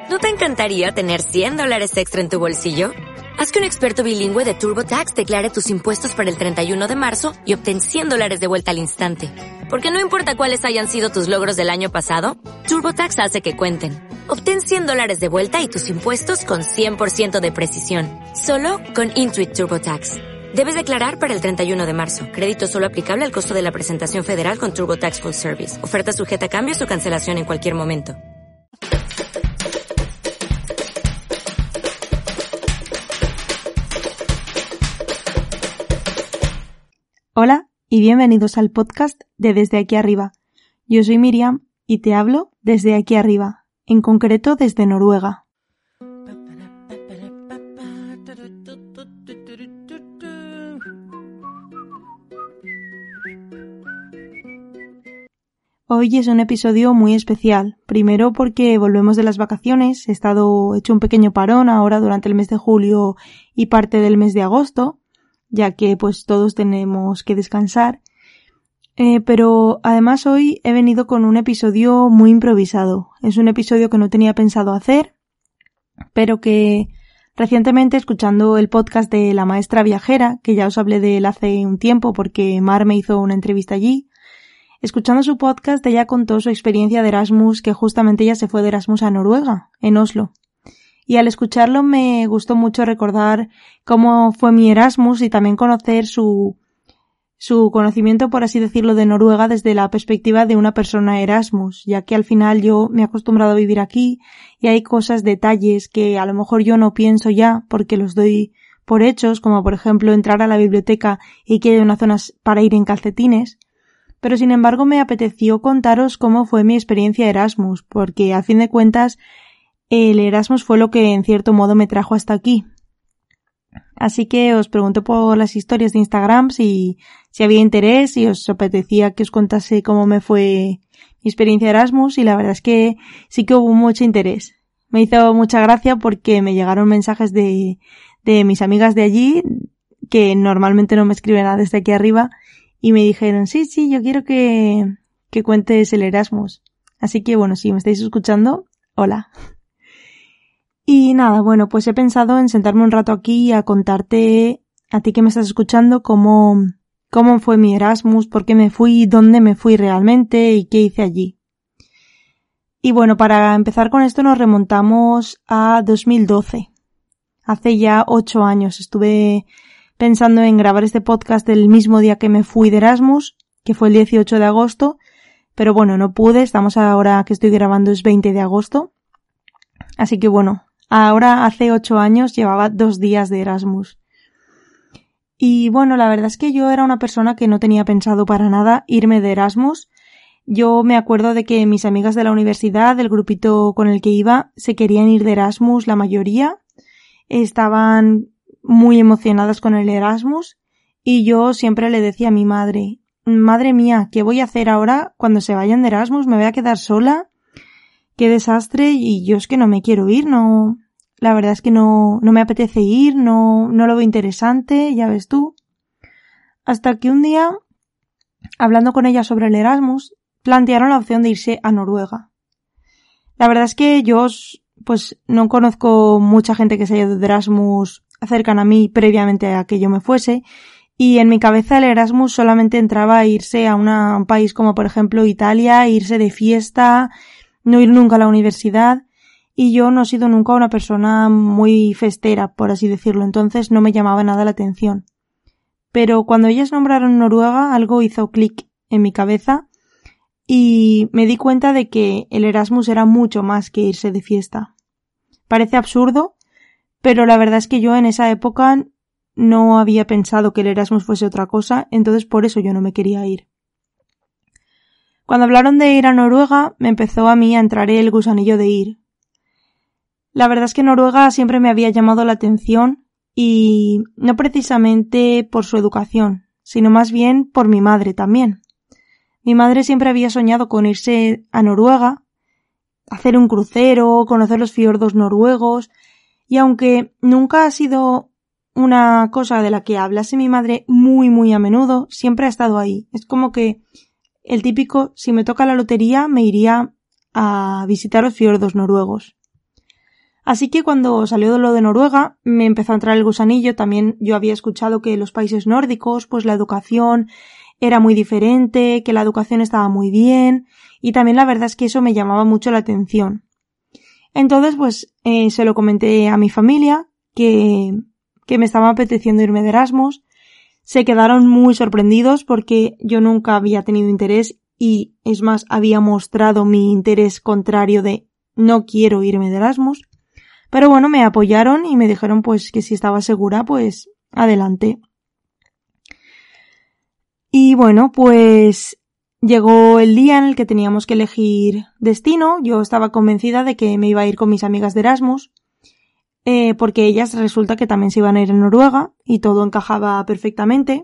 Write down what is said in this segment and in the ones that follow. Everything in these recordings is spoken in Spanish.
¿No te encantaría tener $100 extra en tu bolsillo? Haz que un experto bilingüe de TurboTax declare tus impuestos para el 31 de marzo y obtén $100 de vuelta al instante. Porque no importa cuáles hayan sido tus logros del año pasado, TurboTax hace que cuenten. Obtén $100 de vuelta y tus impuestos con 100% de precisión. Solo con Intuit TurboTax. Debes declarar para el 31 de marzo. Crédito solo aplicable al costo de la presentación federal con TurboTax Full Service. Oferta sujeta a cambios o cancelación en cualquier momento. Hola y bienvenidos al podcast de Desde Aquí Arriba. Yo soy Miriam y te hablo desde aquí arriba, en concreto desde Noruega. Hoy es un episodio muy especial, primero porque volvemos de las vacaciones, he hecho un pequeño parón ahora durante el mes de julio y parte del mes de agosto, ya que pues todos tenemos que descansar, pero además hoy he venido con un episodio muy improvisado. Es un episodio que no tenía pensado hacer, pero que recientemente, escuchando el podcast de La Maestra Viajera, que ya os hablé de él hace un tiempo porque Mar me hizo una entrevista allí, escuchando su podcast ella contó su experiencia de Erasmus, que justamente ella se fue de Erasmus a Noruega, en Oslo. Y al escucharlo me gustó mucho recordar cómo fue mi Erasmus y también conocer su conocimiento, por así decirlo, de Noruega desde la perspectiva de una persona Erasmus, ya que al final yo me he acostumbrado a vivir aquí y hay cosas, detalles que a lo mejor yo no pienso ya porque los doy por hechos, como por ejemplo entrar a la biblioteca y que haya unas zonas para ir en calcetines. Pero sin embargo me apeteció contaros cómo fue mi experiencia Erasmus, porque a fin de cuentas el Erasmus fue lo que en cierto modo me trajo hasta aquí. Así que os pregunté por las historias de Instagram si había interés y os apetecía que os contase cómo me fue mi experiencia Erasmus, y la verdad es que sí que hubo mucho interés. Me hizo mucha gracia porque me llegaron mensajes de mis amigas de allí, que normalmente no me escriben nada desde aquí arriba, y me dijeron, sí, yo quiero que cuentes el Erasmus. Así que bueno, si me estáis escuchando, hola. Y nada, bueno, pues he pensado en sentarme un rato aquí a contarte a ti que me estás escuchando cómo fue mi Erasmus, por qué me fui, dónde me fui realmente y qué hice allí. Y bueno, para empezar con esto nos remontamos a 2012. Hace ya 8 años estuve pensando en grabar este podcast el mismo día que me fui de Erasmus, que fue el 18 de agosto, pero bueno, no pude, estamos ahora que estoy grabando es 20 de agosto, así que bueno, ahora hace 8 años llevaba 2 días de Erasmus. Y bueno, la verdad es que yo era una persona que no tenía pensado para nada irme de Erasmus. Yo me acuerdo de que mis amigas de la universidad, del grupito con el que iba, se querían ir de Erasmus, la mayoría. Estaban muy emocionadas con el Erasmus y yo siempre le decía a mi madre, madre mía, ¿qué voy a hacer ahora cuando se vayan de Erasmus? ¿Me voy a quedar sola? ¡Qué desastre! Y yo es que no me quiero ir, no, la verdad es que no me apetece ir, no lo veo interesante, ya ves tú. Hasta que un día, hablando con ella sobre el Erasmus, plantearon la opción de irse a Noruega. La verdad es que yo pues no conozco mucha gente que se haya ido de Erasmus cercana a mí previamente a que yo me fuese, y en mi cabeza el Erasmus solamente entraba a irse a un país como por ejemplo Italia, irse de fiesta, no ir nunca a la universidad, y yo no he sido nunca una persona muy festera, por así decirlo, entonces no me llamaba nada la atención. Pero cuando ellas nombraron Noruega, algo hizo clic en mi cabeza y me di cuenta de que el Erasmus era mucho más que irse de fiesta. Parece absurdo, pero la verdad es que yo en esa época no había pensado que el Erasmus fuese otra cosa, entonces por eso yo no me quería ir. Cuando hablaron de ir a Noruega, me empezó a mí a entrar el gusanillo de ir. La verdad es que Noruega siempre me había llamado la atención, y no precisamente por su educación, sino más bien por mi madre también. Mi madre siempre había soñado con irse a Noruega, hacer un crucero, conocer los fiordos noruegos, y aunque nunca ha sido una cosa de la que hablase mi madre muy a menudo, siempre ha estado ahí. Es como que el típico, si me toca la lotería, me iría a visitar los fiordos noruegos. Así que cuando salió lo de Noruega me empezó a entrar el gusanillo. También yo había escuchado que los países nórdicos pues la educación era muy diferente, que la educación estaba muy bien y también la verdad es que eso me llamaba mucho la atención. Entonces pues se lo comenté a mi familia que me estaba apeteciendo irme de Erasmus. Se quedaron muy sorprendidos porque yo nunca había tenido interés y es más había mostrado mi interés contrario de no quiero irme de Erasmus. Pero bueno, me apoyaron y me dijeron pues que si estaba segura, pues adelante. Y bueno, pues llegó el día en el que teníamos que elegir destino. Yo estaba convencida de que me iba a ir con mis amigas de Erasmus, porque ellas resulta que también se iban a ir a Noruega y todo encajaba perfectamente.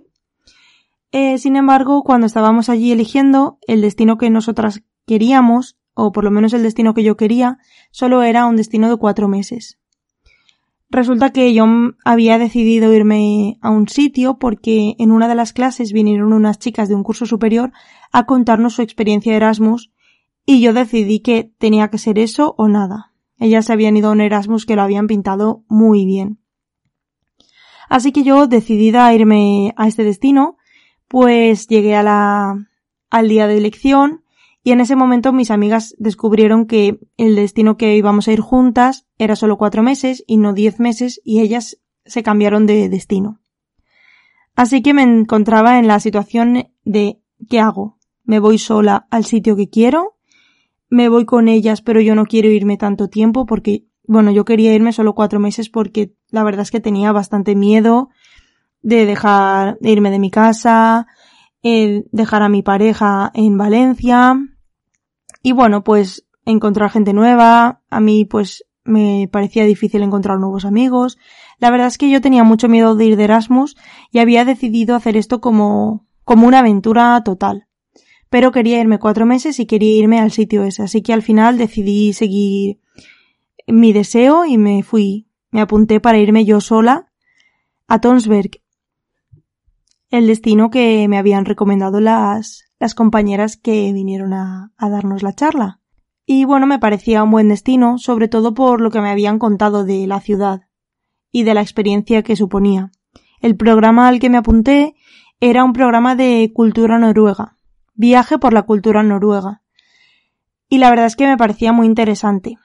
Sin embargo, cuando estábamos allí eligiendo, el destino que nosotras queríamos, o por lo menos el destino que yo quería, solo era un destino de 4 meses. Resulta que yo había decidido irme a un sitio porque en una de las clases vinieron unas chicas de un curso superior a contarnos su experiencia de Erasmus y yo decidí que tenía que ser eso o nada. Ellas se habían ido a un Erasmus que lo habían pintado muy bien. Así que yo, decidida a irme a este destino, pues llegué al día de elección. Y en ese momento mis amigas descubrieron que el destino que íbamos a ir juntas era solo 4 meses y no 10 meses y ellas se cambiaron de destino. Así que me encontraba en la situación de ¿qué hago? ¿Me voy sola al sitio que quiero? ¿Me voy con ellas pero yo no quiero irme tanto tiempo? Porque, bueno, yo quería irme solo 4 meses porque la verdad es que tenía bastante miedo de irme de mi casa, dejar a mi pareja en Valencia. Y bueno, pues encontrar gente nueva, a mí pues me parecía difícil encontrar nuevos amigos. La verdad es que yo tenía mucho miedo de ir de Erasmus y había decidido hacer esto como una aventura total. Pero quería irme 4 meses y quería irme al sitio ese, así que al final decidí seguir mi deseo y me apunté para irme yo sola a Tønsberg, el destino que me habían recomendado las compañeras que vinieron a darnos la charla. Y bueno, me parecía un buen destino, sobre todo por lo que me habían contado de la ciudad y de la experiencia que suponía. El programa al que me apunté era un programa de cultura noruega, viaje por la cultura noruega. Y la verdad es que me parecía muy interesante.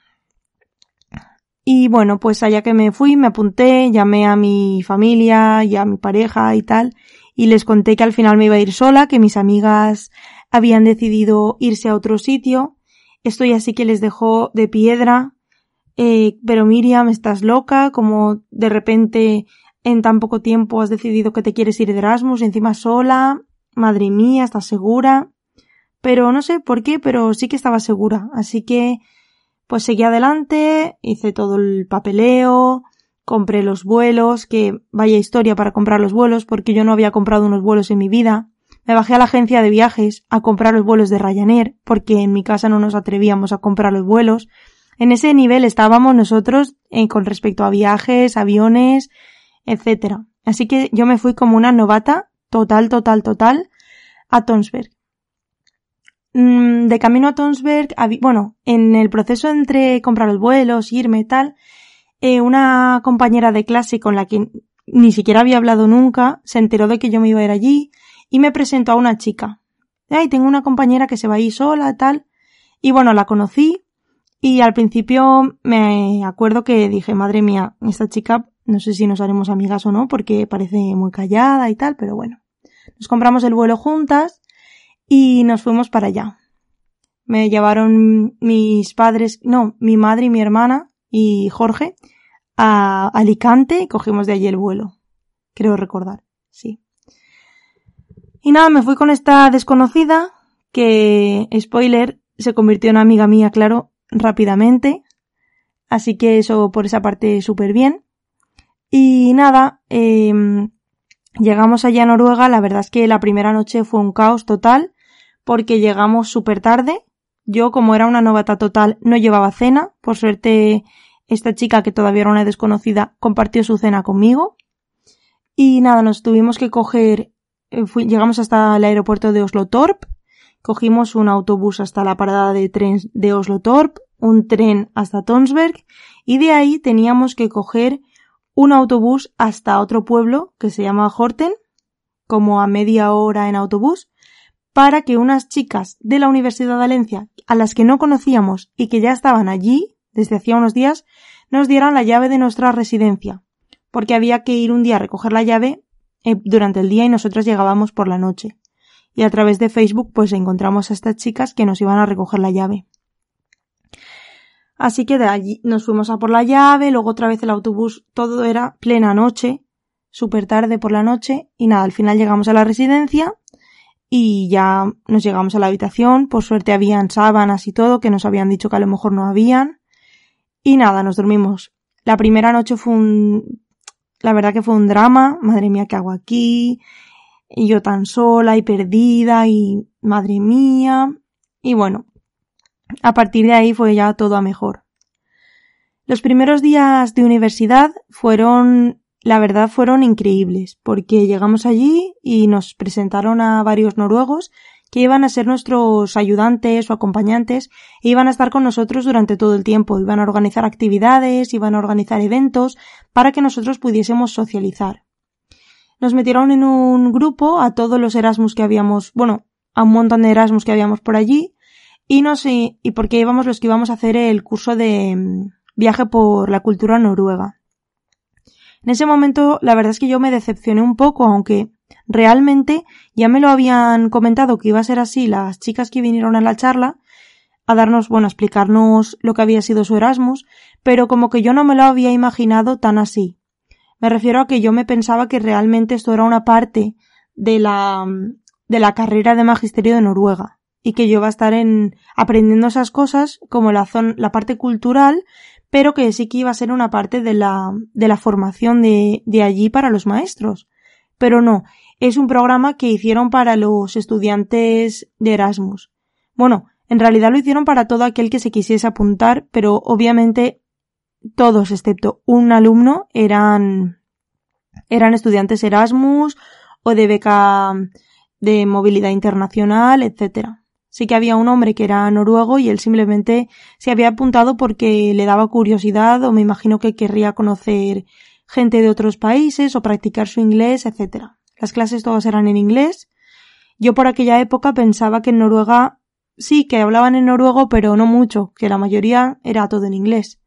Y bueno, pues allá que me fui, me apunté, llamé a mi familia y a mi pareja y tal, y les conté que al final me iba a ir sola, que mis amigas habían decidido irse a otro sitio. Estoy así que les dejó de piedra. Pero Miriam, estás loca, como de repente en tan poco tiempo has decidido que te quieres ir de Erasmus, encima sola. Madre mía, ¿estás segura? Pero no sé por qué, pero sí que estaba segura. Así que pues seguí adelante, hice todo el papeleo, compré los vuelos, que vaya historia para comprar los vuelos, porque yo no había comprado unos vuelos en mi vida. Me bajé a la agencia de viajes a comprar los vuelos de Ryanair, porque en mi casa no nos atrevíamos a comprar los vuelos. En ese nivel estábamos nosotros con respecto a viajes, aviones, etcétera. Así que yo me fui como una novata total a Tønsberg. De camino a Tønsberg, en el proceso entre comprar los vuelos, irme y tal, una compañera de clase con la que ni siquiera había hablado nunca se enteró de que yo me iba a ir allí y me presentó a una chica. Ay, tengo una compañera que se va a ir sola, tal. Y bueno, la conocí y al principio me acuerdo que dije, madre mía, esta chica no sé si nos haremos amigas o no porque parece muy callada y tal, pero bueno. Nos compramos el vuelo juntas y nos fuimos para allá. Me llevaron mi madre y mi hermana y Jorge a Alicante y cogimos de allí el vuelo. Creo recordar, sí. Y nada, me fui con esta desconocida que, spoiler, se convirtió en amiga mía, claro, rápidamente. Así que eso por esa parte súper bien. Y nada, llegamos allá a Noruega. La verdad es que la primera noche fue un caos total porque llegamos súper tarde. Yo, como era una novata total, no llevaba cena. Por suerte, esta chica, que todavía era una desconocida, compartió su cena conmigo. Y nada, nos tuvimos que coger... llegamos hasta el aeropuerto de Oslo Torp, cogimos un autobús hasta la parada de tren de Oslo Torp, un tren hasta Tønsberg y de ahí teníamos que coger un autobús hasta otro pueblo que se llama Horten, como a media hora en autobús, para que unas chicas de la Universidad de Valencia, a las que no conocíamos y que ya estaban allí desde hacía unos días, nos dieran la llave de nuestra residencia, porque había que ir un día a recoger la llave durante el día y nosotras llegábamos por la noche. Y a través de Facebook pues encontramos a estas chicas que nos iban a recoger la llave. Así que de allí nos fuimos a por la llave, luego otra vez el autobús, todo era plena noche, súper tarde por la noche, y nada, al final llegamos a la residencia y ya nos llegamos a la habitación, por suerte habían sábanas y todo, que nos habían dicho que a lo mejor no habían, y nada, nos dormimos. La primera noche la verdad que fue un drama, madre mía, ¿qué hago aquí? Y yo tan sola y perdida y madre mía, y bueno, a partir de ahí fue ya todo a mejor. Los primeros días de universidad fueron increíbles, porque llegamos allí y nos presentaron a varios noruegos que iban a ser nuestros ayudantes o acompañantes e iban a estar con nosotros durante todo el tiempo. Iban a organizar actividades, iban a organizar eventos para que nosotros pudiésemos socializar. Nos metieron en un grupo a todos los Erasmus que habíamos, a un montón de Erasmus que habíamos por allí, y porque íbamos los que íbamos a hacer el curso de viaje por la cultura noruega. En ese momento, la verdad es que yo me decepcioné un poco, aunque realmente ya me lo habían comentado que iba a ser así las chicas que vinieron a la charla, a explicarnos lo que había sido su Erasmus, pero como que yo no me lo había imaginado tan así. Me refiero a que yo me pensaba que realmente esto era una parte de la carrera de magisterio de Noruega y que yo iba a estar aprendiendo esas cosas como la parte cultural, pero que sí que iba a ser una parte de la formación de allí para los maestros. Pero no, es un programa que hicieron para los estudiantes de Erasmus. Bueno, en realidad lo hicieron para todo aquel que se quisiese apuntar, pero obviamente todos excepto un alumno eran estudiantes Erasmus o de beca de movilidad internacional, etcétera. Sí que había un hombre que era noruego y él simplemente se había apuntado porque le daba curiosidad o me imagino que querría conocer gente de otros países o practicar su inglés, etcétera. Las clases todas eran en inglés. Yo por aquella época pensaba que en Noruega sí que hablaban en noruego, pero no mucho, que la mayoría era todo en inglés.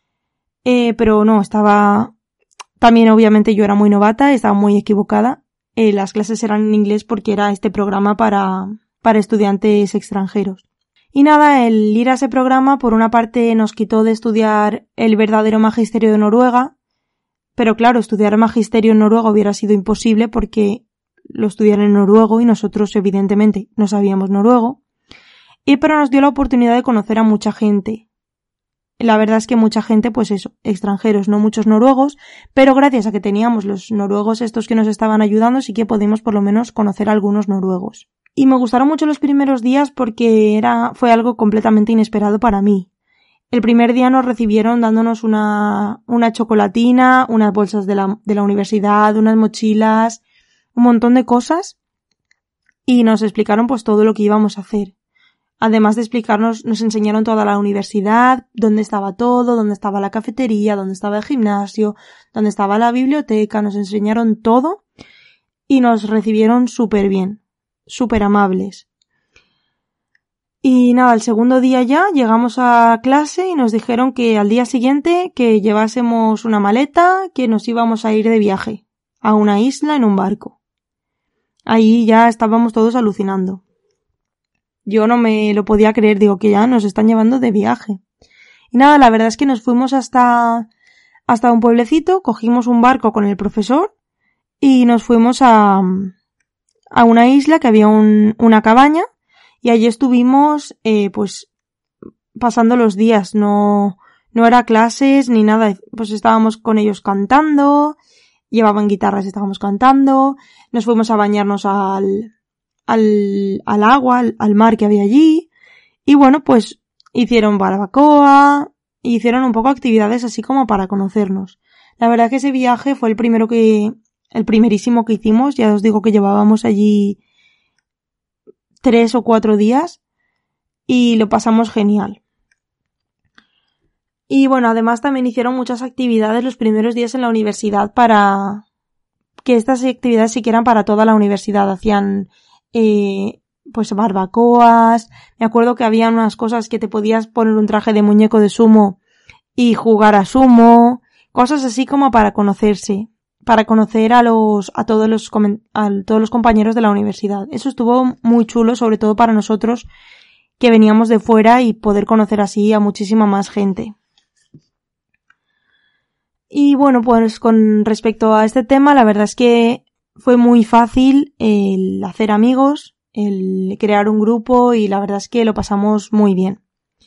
Pero no, también obviamente yo era muy novata, estaba muy equivocada. Las clases eran en inglés porque era este programa para estudiantes extranjeros. Y nada, el ir a ese programa por una parte nos quitó de estudiar el verdadero magisterio de Noruega, pero claro, estudiar magisterio en Noruega hubiera sido imposible porque lo estudiaron en noruego y nosotros evidentemente no sabíamos noruego, pero nos dio la oportunidad de conocer a mucha gente. La verdad es que mucha gente, pues eso, extranjeros, no muchos noruegos, pero gracias a que teníamos los noruegos estos que nos estaban ayudando, sí que pudimos por lo menos conocer a algunos noruegos. Y me gustaron mucho los primeros días porque fue algo completamente inesperado para mí. El primer día nos recibieron dándonos una chocolatina, unas bolsas de la universidad, unas mochilas, un montón de cosas, y nos explicaron pues todo lo que íbamos a hacer. Además de explicarnos, nos enseñaron toda la universidad, dónde estaba todo, dónde estaba la cafetería, dónde estaba el gimnasio, dónde estaba la biblioteca, nos enseñaron todo y nos recibieron súper bien, súper amables. Y nada, el segundo día ya llegamos a clase y nos dijeron que al día siguiente que llevásemos una maleta, que nos íbamos a ir de viaje a una isla en un barco. Ahí ya estábamos todos alucinando. Yo no me lo podía creer, digo que ya nos están llevando de viaje. Y nada, la verdad es que nos fuimos hasta un pueblecito, cogimos un barco con el profesor y nos fuimos a una isla que había una cabaña y allí estuvimos pues pasando los días, no era clases ni nada, pues estábamos con ellos cantando, llevaban guitarras y estábamos cantando, nos fuimos a bañarnos al agua, al mar que había allí, y bueno, pues hicieron barbacoa, hicieron un poco actividades así como para conocernos. La verdad que ese viaje fue el primerísimo que hicimos, ya os digo que llevábamos allí 3 o 4 días y lo pasamos genial. Y bueno, además también hicieron muchas actividades los primeros días en la universidad para que estas actividades sí que eran para toda la universidad. Hacían pues barbacoas. Me acuerdo que había unas cosas que te podías poner un traje de muñeco de sumo y jugar a sumo. Cosas así como para conocerse. Para conocer a todos los compañeros de la universidad. Eso estuvo muy chulo, sobre todo para nosotros que veníamos de fuera y poder conocer así a muchísima más gente. Y bueno, pues con respecto a este tema, la verdad es que fue muy fácil el hacer amigos, el crear un grupo y la verdad es que lo pasamos muy bien.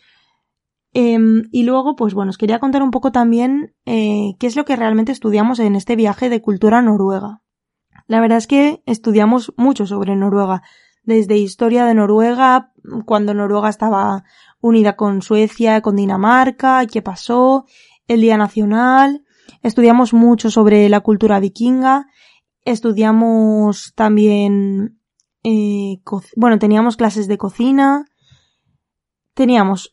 Y luego, pues bueno, os quería contar un poco también qué es lo que realmente estudiamos en este viaje de cultura noruega. La verdad es que estudiamos mucho sobre Noruega, desde historia de Noruega, cuando Noruega estaba unida con Suecia, con Dinamarca, qué pasó, el Día Nacional. Estudiamos mucho sobre la cultura vikinga, estudiamos también, teníamos clases de cocina, teníamos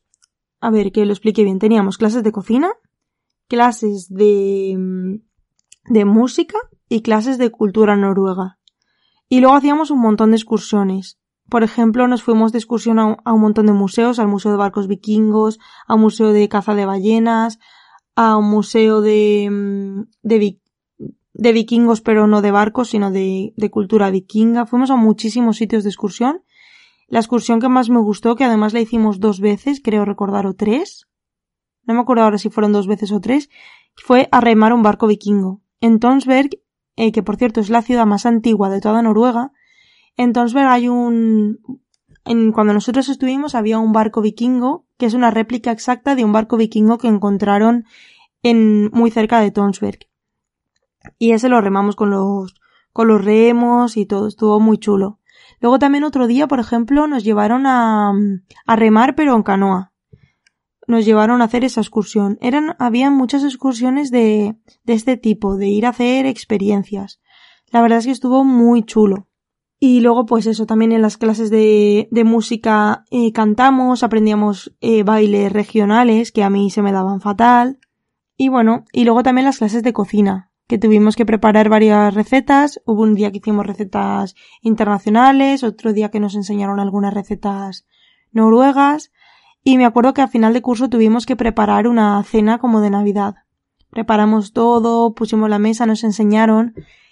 clases de cocina, clases de música y clases de cultura noruega. Y luego hacíamos un montón de excursiones. Por ejemplo, nos fuimos de excursión a un montón de museos, al Museo de Barcos Vikingos, al Museo de Caza de Ballenas, a un museo de vikingos, pero no de barcos, sino de cultura vikinga. Fuimos a muchísimos sitios de excursión. La excursión que más me gustó, que además la hicimos 2 veces, creo recordar, o 3. No me acuerdo ahora si fueron 2 veces o 3. Fue a remar un barco vikingo. En Tonsberg, que por cierto es la ciudad más antigua de toda Noruega, en Tonsberg hay cuando nosotros estuvimos había un barco vikingo, que es una réplica exacta de un barco vikingo que encontraron muy cerca de Tonsberg. Y ese lo remamos con los remos y todo, estuvo muy chulo. Luego también otro día, por ejemplo, nos llevaron a remar pero en canoa. Nos llevaron a hacer esa excursión. Había muchas excursiones de este tipo, de ir a hacer experiencias. La verdad es que estuvo muy chulo. Y luego, pues eso, también en las clases de música cantamos, aprendíamos bailes regionales, que a mí se me daban fatal. Y bueno, y luego también las clases de cocina, que tuvimos que preparar varias recetas. Hubo un día que hicimos recetas internacionales, otro día que nos enseñaron algunas recetas noruegas. Y me acuerdo que a final de curso tuvimos que preparar una cena como de Navidad. Preparamos todo, pusimos la mesa, nos enseñaron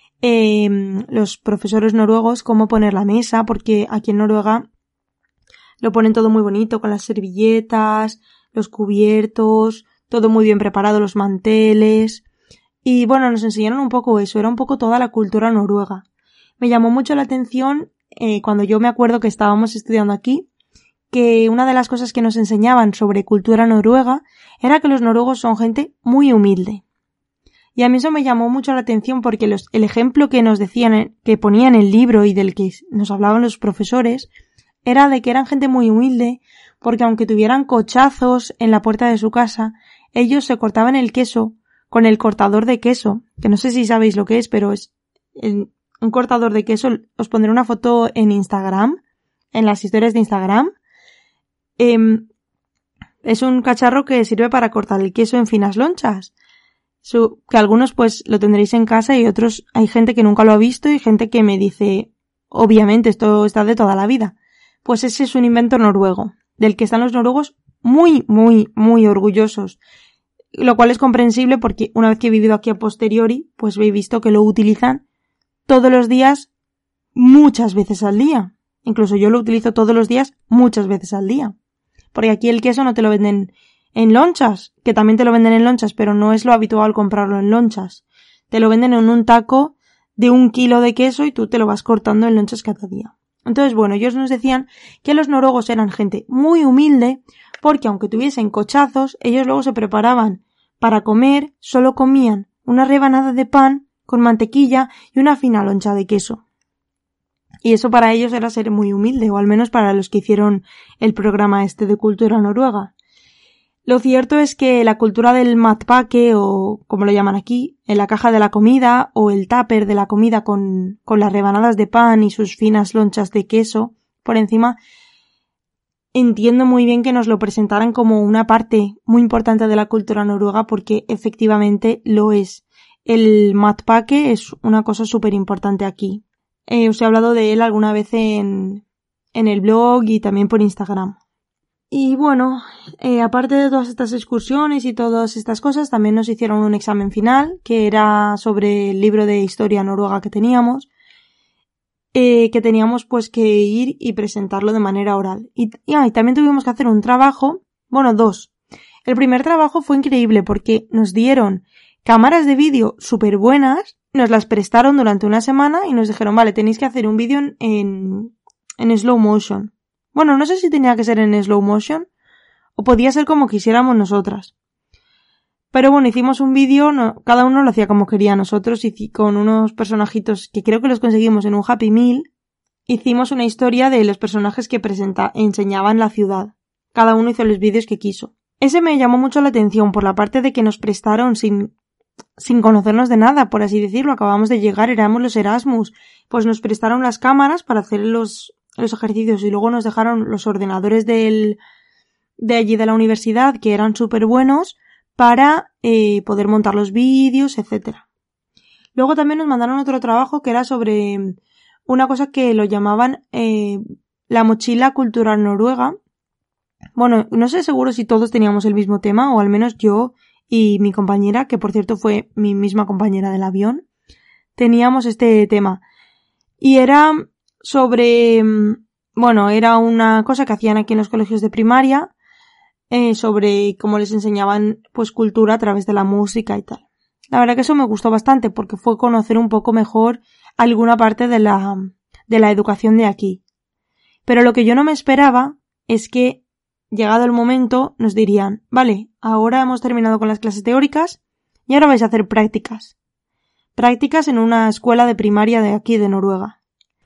los profesores noruegos cómo poner la mesa, porque aquí en Noruega lo ponen todo muy bonito, con las servilletas, los cubiertos, todo muy bien preparado, los manteles. Y bueno, nos enseñaron un poco eso, era un poco toda la cultura noruega. Me llamó mucho la atención cuando yo me acuerdo que estábamos estudiando aquí, que una de las cosas que nos enseñaban sobre cultura noruega era que los noruegos son gente muy humilde. Y a mí eso me llamó mucho la atención porque el ejemplo que nos decían, que ponían en el libro y del que nos hablaban los profesores, era de que eran gente muy humilde, porque aunque tuvieran cochazos en la puerta de su casa, ellos se cortaban el queso con el cortador de queso, que no sé si sabéis lo que es, pero es un cortador de queso. Os pondré una foto en Instagram, en las historias de Instagram. Es un cacharro que sirve para cortar el queso en finas lonchas. Que algunos pues lo tendréis en casa y otros hay gente que nunca lo ha visto y gente que me dice, obviamente esto está de toda la vida. Pues ese es un invento noruego, del que están los noruegos muy, muy, muy orgullosos. Lo cual es comprensible porque una vez que he vivido aquí a posteriori, pues he visto que lo utilizan todos los días, muchas veces al día. Incluso yo lo utilizo todos los días, muchas veces al día. Porque aquí el queso no te lo venden en lonchas, que también te lo venden en lonchas, pero no es lo habitual comprarlo en lonchas. Te lo venden en un taco de 1 kilo de queso y tú te lo vas cortando en lonchas cada día. Entonces, bueno, ellos nos decían que los noruegos eran gente muy humilde porque aunque tuviesen cochazos, ellos luego se preparaban para comer, solo comían una rebanada de pan con mantequilla y una fina loncha de queso. Y eso para ellos era ser muy humilde, o al menos para los que hicieron el programa este de cultura noruega. Lo cierto es que la cultura del matpake, o como lo llaman aquí, en la caja de la comida, o el tupper de la comida con las rebanadas de pan y sus finas lonchas de queso por encima, entiendo muy bien que nos lo presentaran como una parte muy importante de la cultura noruega porque efectivamente lo es. El matpake es una cosa súper importante aquí. Os he hablado de él alguna vez en el blog y también por Instagram. Y bueno, aparte de todas estas excursiones y todas estas cosas, también nos hicieron un examen final, que era sobre el libro de historia noruega que teníamos pues que ir y presentarlo de manera oral. Y también tuvimos que hacer un trabajo, bueno, 2. El primer trabajo fue increíble porque nos dieron cámaras de vídeo súper buenas, nos las prestaron durante una semana y nos dijeron, vale, tenéis que hacer un vídeo en slow motion. Bueno, no sé si tenía que ser en slow motion o podía ser como quisiéramos nosotras. Pero bueno, hicimos un vídeo, cada uno lo hacía como quería. Nosotros y con unos personajitos que creo que los conseguimos en un Happy Meal, hicimos una historia de los personajes que enseñaban la ciudad. Cada uno hizo los vídeos que quiso. Ese me llamó mucho la atención por la parte de que nos prestaron sin conocernos de nada, por así decirlo. Acabamos de llegar, éramos los Erasmus. Pues nos prestaron las cámaras para hacer los ejercicios y luego nos dejaron los ordenadores de allí de la universidad, que eran súper buenos, para poder montar los vídeos, etcétera. Luego también nos mandaron otro trabajo que era sobre una cosa que lo llamaban la mochila cultural noruega. Bueno, no sé seguro si todos teníamos el mismo tema, o al menos yo y mi compañera, que por cierto fue mi misma compañera del avión, teníamos este tema. Y era sobre, bueno, era una cosa que hacían aquí en los colegios de primaria, sobre cómo les enseñaban pues cultura a través de la música y tal. La verdad que eso me gustó bastante porque fue conocer un poco mejor alguna parte de la educación de aquí. Pero lo que yo no me esperaba es que, llegado el momento, nos dirían, vale, ahora hemos terminado con las clases teóricas y ahora vais a hacer prácticas. Prácticas en una escuela de primaria de aquí de Noruega.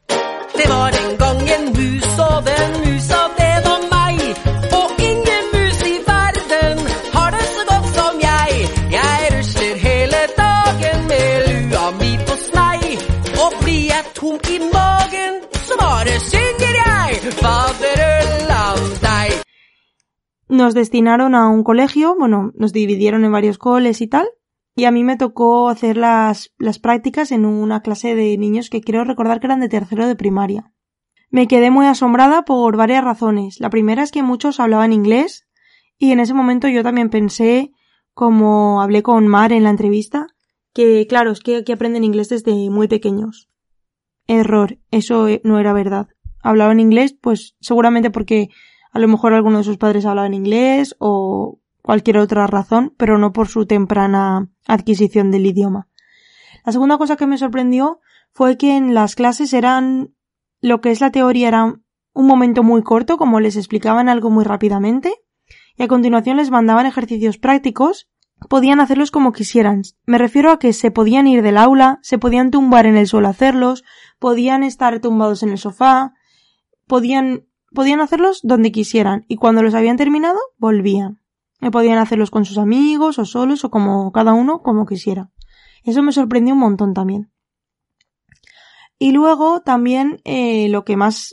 Nos destinaron a un colegio, bueno, nos dividieron en varios coles y tal, y a mí me tocó hacer las prácticas en una clase de niños que creo recordar que eran de tercero de primaria. Me quedé muy asombrada por varias razones. La primera es que muchos hablaban inglés, y en ese momento yo también pensé, como hablé con Mar en la entrevista, que claro, es que aquí aprenden inglés desde muy pequeños. Error, eso no era verdad. Hablaban inglés, pues seguramente porque a lo mejor alguno de sus padres hablaba en inglés o cualquier otra razón, pero no por su temprana adquisición del idioma. La segunda cosa que me sorprendió fue que en las clases lo que es la teoría era un momento muy corto, como les explicaban algo muy rápidamente, y a continuación les mandaban ejercicios prácticos, podían hacerlos como quisieran. Me refiero a que se podían ir del aula, se podían tumbar en el suelo a hacerlos, podían estar tumbados en el sofá, podían hacerlos donde quisieran y cuando los habían terminado volvían. Podían hacerlos con sus amigos o solos o como cada uno como quisiera. Eso me sorprendió un montón también. Y luego también lo que más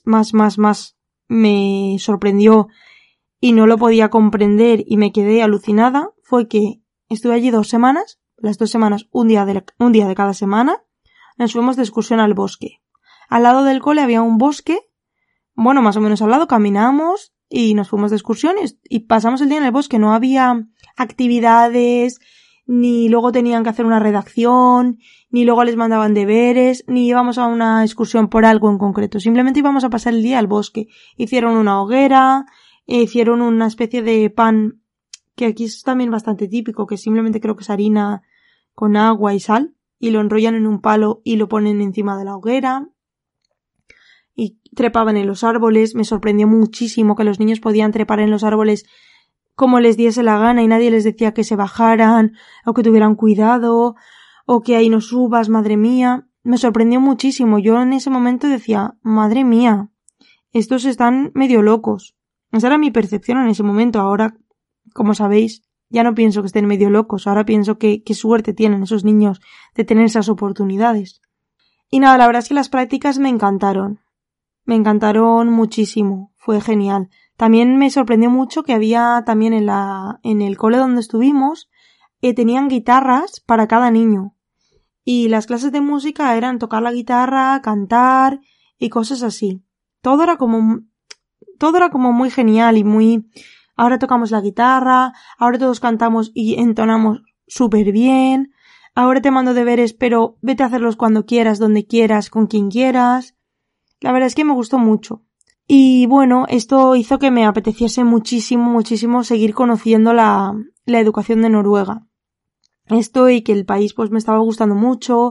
me sorprendió y no lo podía comprender y me quedé alucinada fue que estuve allí 2 semanas, las 2 semanas un día de cada semana, nos fuimos de excursión al bosque. Al lado del cole había un bosque, bueno, más o menos al lado, caminamos y nos fuimos de excursión y pasamos el día en el bosque. No había actividades, ni luego tenían que hacer una redacción, ni luego les mandaban deberes, ni íbamos a una excursión por algo en concreto. Simplemente íbamos a pasar el día al bosque. Hicieron una hoguera, hicieron una especie de pan que aquí es también bastante típico, que simplemente creo que es harina con agua y sal, y lo enrollan en un palo y lo ponen encima de la hoguera. Y trepaban en los árboles. Me sorprendió muchísimo que los niños podían trepar en los árboles como les diese la gana y nadie les decía que se bajaran o que tuvieran cuidado o que ahí no subas, madre mía. Me sorprendió muchísimo. Yo en ese momento decía, madre mía, estos están medio locos. Esa era mi percepción en ese momento. Ahora, como sabéis, ya no pienso que estén medio locos. Ahora pienso que qué suerte tienen esos niños de tener esas oportunidades. Y nada, la verdad es que las prácticas me encantaron. Me encantaron muchísimo. Fue genial. También me sorprendió mucho que había también en el cole donde estuvimos, tenían guitarras para cada niño. Y las clases de música eran tocar la guitarra, cantar y cosas así. Todo era como muy genial y muy... Ahora tocamos la guitarra, ahora todos cantamos y entonamos súper bien. Ahora te mando deberes, pero vete a hacerlos cuando quieras, donde quieras, con quien quieras. La verdad es que me gustó mucho. Y bueno, esto hizo que me apeteciese muchísimo seguir conociendo la educación de Noruega. Esto y que el país pues me estaba gustando mucho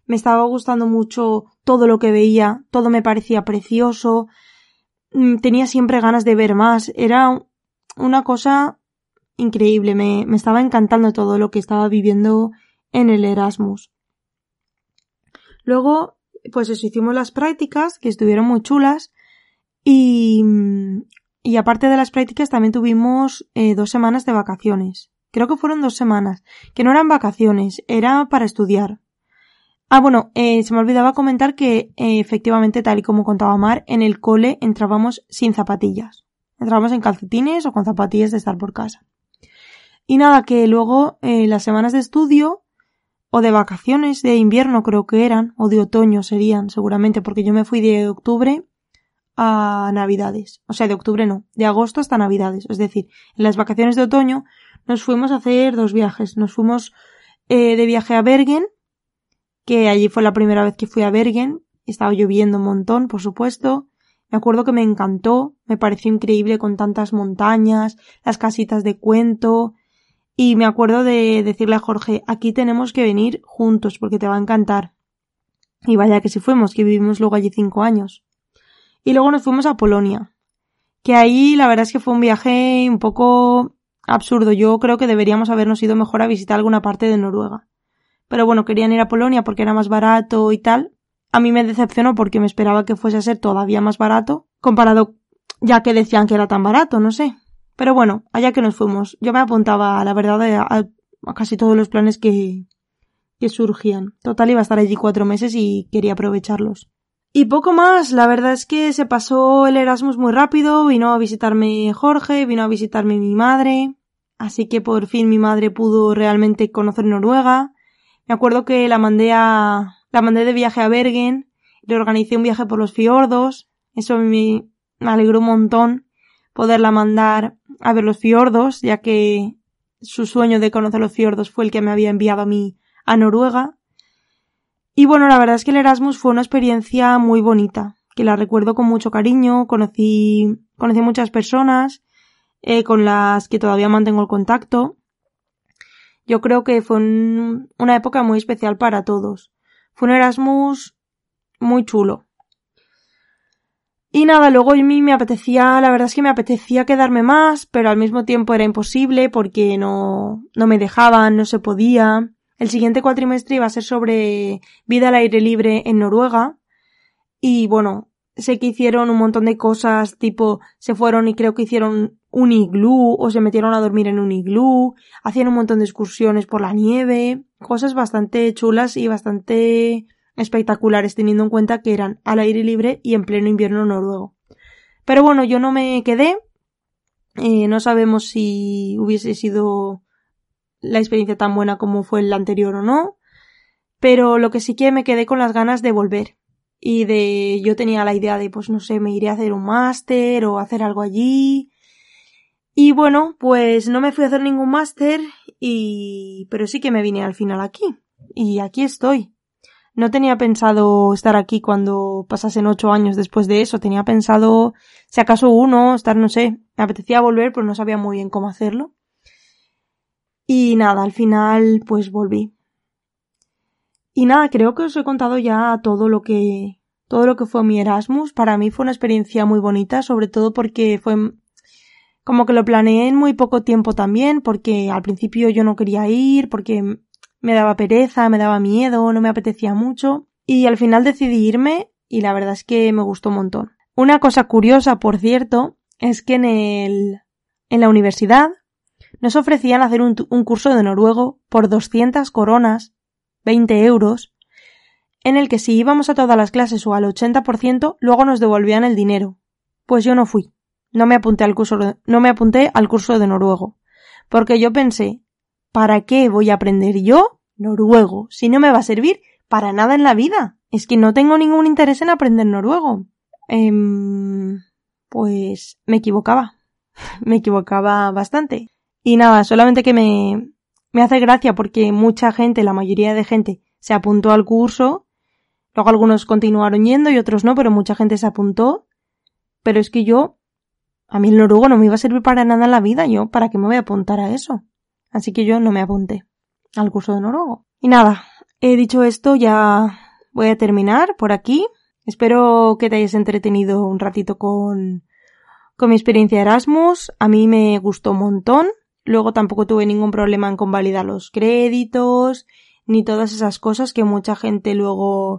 todo lo que veía, todo me parecía precioso, tenía siempre ganas de ver más, era una cosa increíble, me estaba encantando todo lo que estaba viviendo en el Erasmus. Luego, pues eso, hicimos las prácticas, que estuvieron muy chulas, y aparte de las prácticas también tuvimos 2 semanas de vacaciones. Creo que fueron 2 semanas, que no eran vacaciones, era para estudiar. Bueno, se me olvidaba comentar que efectivamente, tal y como contaba Mar, en el cole entrábamos sin zapatillas. Entrábamos en calcetines o con zapatillas de estar por casa. Y nada, que luego las semanas de estudio o de vacaciones de invierno creo que eran, o de otoño serían seguramente, porque yo me fui de octubre a Navidades. O sea, de octubre no, de agosto hasta Navidades. Es decir, en las vacaciones de otoño nos fuimos a hacer 2 viajes. Nos fuimos de viaje a Bergen, que allí fue la primera vez que fui a Bergen. Estaba lloviendo un montón, por supuesto. Me acuerdo que me encantó, me pareció increíble con tantas montañas, las casitas de cuento. Y me acuerdo de decirle a Jorge, aquí tenemos que venir juntos porque te va a encantar. Y vaya que sí fuimos, que vivimos luego allí 5 años. Y luego nos fuimos a Polonia, que ahí la verdad es que fue un viaje un poco absurdo. Yo creo que deberíamos habernos ido mejor a visitar alguna parte de Noruega. Pero bueno, querían ir a Polonia porque era más barato y tal. A mí me decepcionó porque me esperaba que fuese a ser todavía más barato, comparado ya que decían que era tan barato, no sé. Pero bueno, allá que nos fuimos. Yo me apuntaba, la verdad, a casi todos los planes que surgían. Total, iba a estar allí 4 meses y quería aprovecharlos. Y poco más, la verdad es que se pasó el Erasmus muy rápido, vino a visitarme Jorge, vino a visitarme mi madre, así que por fin mi madre pudo realmente conocer Noruega. Me acuerdo que la mandé de viaje a Bergen, le organicé un viaje por los fiordos, eso me alegró un montón poderla mandar a ver los fiordos, ya que su sueño de conocer los fiordos fue el que me había enviado a mí a Noruega. Y bueno, la verdad es que el Erasmus fue una experiencia muy bonita, que la recuerdo con mucho cariño, conocí muchas personas, con las que todavía mantengo el contacto. Yo creo que fue una época muy especial para todos. Fue un Erasmus muy chulo. Y nada, luego a mí la verdad es que me apetecía quedarme más, pero al mismo tiempo era imposible porque no me dejaban, no se podía. El siguiente cuatrimestre iba a ser sobre vida al aire libre en Noruega. Y bueno, sé que hicieron un montón de cosas, tipo, se fueron y creo que hicieron un iglú o se metieron a dormir en un iglú, hacían un montón de excursiones por la nieve, cosas bastante chulas y bastante espectaculares teniendo en cuenta que eran al aire libre y en pleno invierno noruego. Pero bueno, yo no me quedé, no sabemos si hubiese sido la experiencia tan buena como fue la anterior o no, pero lo que sí que me quedé con las ganas de volver. Y yo tenía la idea de, pues no sé, me iré a hacer un máster o hacer algo allí. Y bueno, pues no me fui a hacer ningún máster, pero sí que me vine al final aquí. Y aquí estoy. No tenía pensado estar aquí cuando pasasen 8 años después de eso. Tenía pensado, si acaso 1, estar, no sé, me apetecía volver, pero no sabía muy bien cómo hacerlo. Y nada, al final pues volví. Y nada, creo que os he contado ya todo lo que fue mi Erasmus. Para mí fue una experiencia muy bonita, sobre todo porque fue como que lo planeé en muy poco tiempo también, porque al principio yo no quería ir, porque me daba pereza, me daba miedo, no me apetecía mucho. Y al final decidí irme y la verdad es que me gustó un montón. Una cosa curiosa, por cierto, es que en la universidad nos ofrecían hacer un curso de noruego por 200 coronas, 20 euros, en el que si íbamos a todas las clases o al 80%, luego nos devolvían el dinero. Pues yo no fui. no me apunté al curso de noruego. Porque yo pensé, ¿para qué voy a aprender yo noruego si no me va a servir para nada en la vida? Es que no tengo ningún interés en aprender noruego. Pues me equivocaba. Me equivocaba bastante. Y nada, solamente que me hace gracia porque mucha gente, la mayoría de gente, se apuntó al curso. Luego algunos continuaron yendo y otros no, pero mucha gente se apuntó. Pero es que a mí el noruego no me iba a servir para nada en la vida. ¿Para qué me voy a apuntar a eso? Así que yo no me apunté al curso de noruego. Y nada, he dicho esto, ya voy a terminar por aquí. Espero que te hayas entretenido un ratito con mi experiencia de Erasmus. A mí me gustó un montón. Luego tampoco tuve ningún problema en convalidar los créditos, ni todas esas cosas que mucha gente luego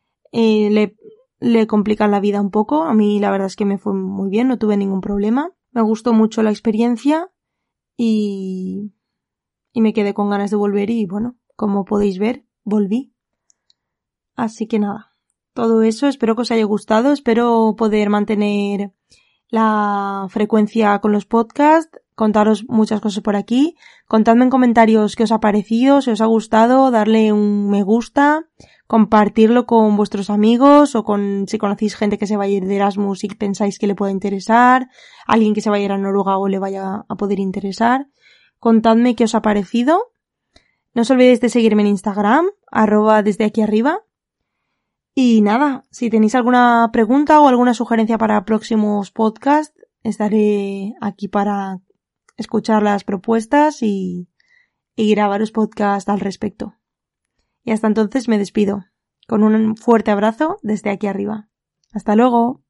le complican la vida un poco. A mí la verdad es que me fue muy bien, no tuve ningún problema. Me gustó mucho la experiencia y me quedé con ganas de volver y bueno, como podéis ver, volví. Así que nada, todo eso, espero que os haya gustado, espero poder mantener la frecuencia con los podcasts, contaros muchas cosas por aquí, contadme en comentarios qué os ha parecido, si os ha gustado, darle un me gusta, compartirlo con vuestros amigos o si conocéis gente que se va a ir de Erasmus y pensáis que le pueda interesar, alguien que se vaya a ir a Noruega o le vaya a poder interesar. Contadme qué os ha parecido. No os olvidéis de seguirme en Instagram, @desde aquí arriba. Y nada, si tenéis alguna pregunta o alguna sugerencia para próximos podcasts, estaré aquí para escuchar las propuestas y grabaros podcasts al respecto. Y hasta entonces me despido, con un fuerte abrazo desde aquí arriba. ¡Hasta luego!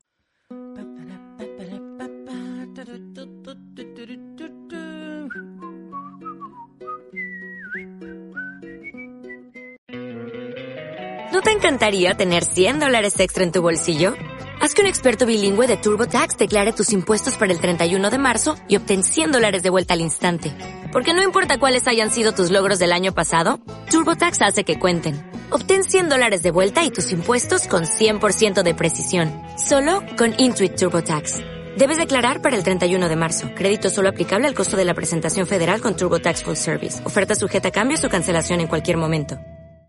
¿No te encantaría tener $100 extra en tu bolsillo? Haz que un experto bilingüe de TurboTax declare tus impuestos para el 31 de marzo y obtén $100 de vuelta al instante. Porque no importa cuáles hayan sido tus logros del año pasado, TurboTax hace que cuenten. Obtén $100 de vuelta y tus impuestos con 100% de precisión. Solo con Intuit TurboTax. Debes declarar para el 31 de marzo. Crédito solo aplicable al costo de la presentación federal con TurboTax Full Service. Oferta sujeta a cambios o cancelación en cualquier momento.